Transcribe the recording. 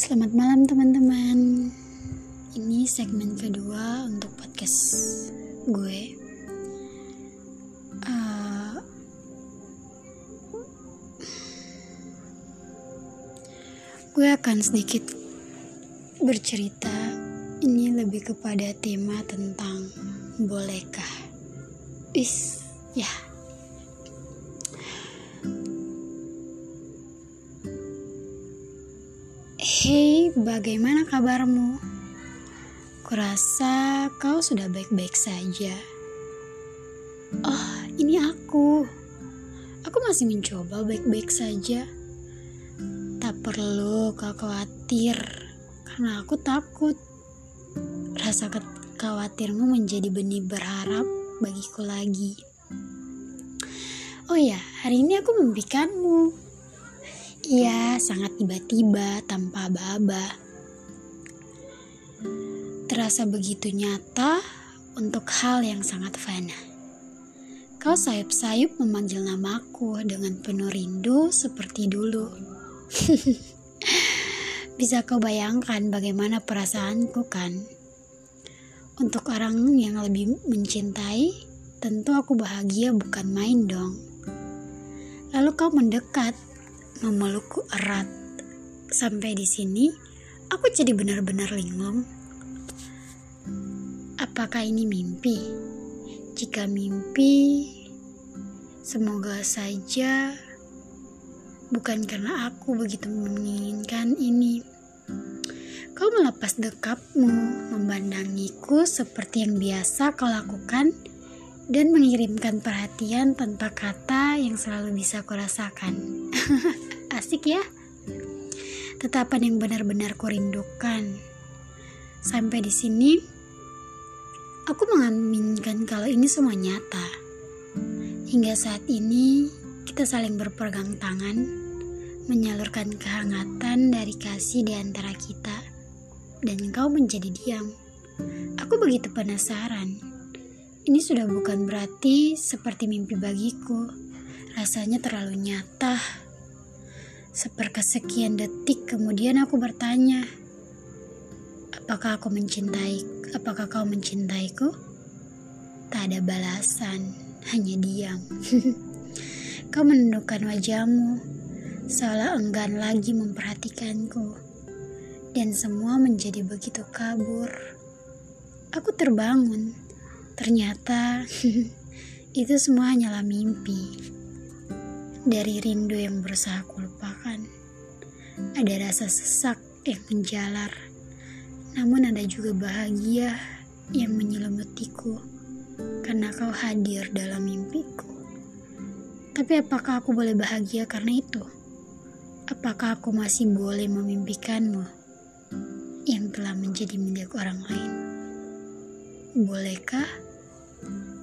Selamat malam teman-teman. Ini segmen kedua untuk podcast gue. Gue akan sedikit bercerita. Ini lebih kepada tema tentang bolehkah. Hey, bagaimana kabarmu? Kurasa kau sudah baik-baik saja. Oh, ini aku. Aku masih mencoba baik-baik saja. Tak perlu kau khawatir, karena aku takut. Rasa khawatirmu menjadi benih berharap bagiku lagi. Oh ya, hari ini aku mimpikanmu. Iya, sangat tiba-tiba, tanpa aba-aba. Terasa begitu nyata untuk hal yang sangat fana. Kau sayup-sayup memanggil namaku dengan penuh rindu seperti dulu. Bisa kau bayangkan bagaimana perasaanku kan? Untuk orang yang lebih mencintai, tentu aku bahagia bukan main dong. Lalu kau mendekat, memelukku erat. Sampai di sini, aku jadi benar-benar linglung. Apakah ini mimpi? Jika mimpi, semoga saja bukan karena aku begitu menginginkan ini. Kau melepas dekapmu, memandangiku seperti yang biasa kau lakukan, dan mengirimkan perhatian tanpa kata yang selalu bisa kurasakan. Asik ya? Tetapan yang benar-benar kurindukan. Sampai di sini, aku mengaminkan kalau ini semua nyata. Hingga saat ini, kita saling berpegang tangan, menyalurkan kehangatan dari kasih di antara kita, dan kau menjadi diam. Aku begitu penasaran. Ini sudah bukan berarti seperti mimpi bagiku. Rasanya terlalu nyata. Seperkesekian detik kemudian aku bertanya, apakah kau mencintaiku? Tak ada balasan, hanya diam. Kau menundukkan wajahmu, seolah enggan lagi memperhatikanku. Dan semua menjadi begitu kabur. Aku terbangun. Ternyata itu semua hanyalah mimpi. Dari rindu yang berusaha kulupakan, ada rasa sesak yang menjalar. Namun ada juga bahagia yang menyelimutiku karena kau hadir dalam mimpiku. Tapi apakah aku boleh bahagia karena itu? Apakah aku masih boleh memimpikanmu yang telah menjadi milik orang lain? Bolehkah?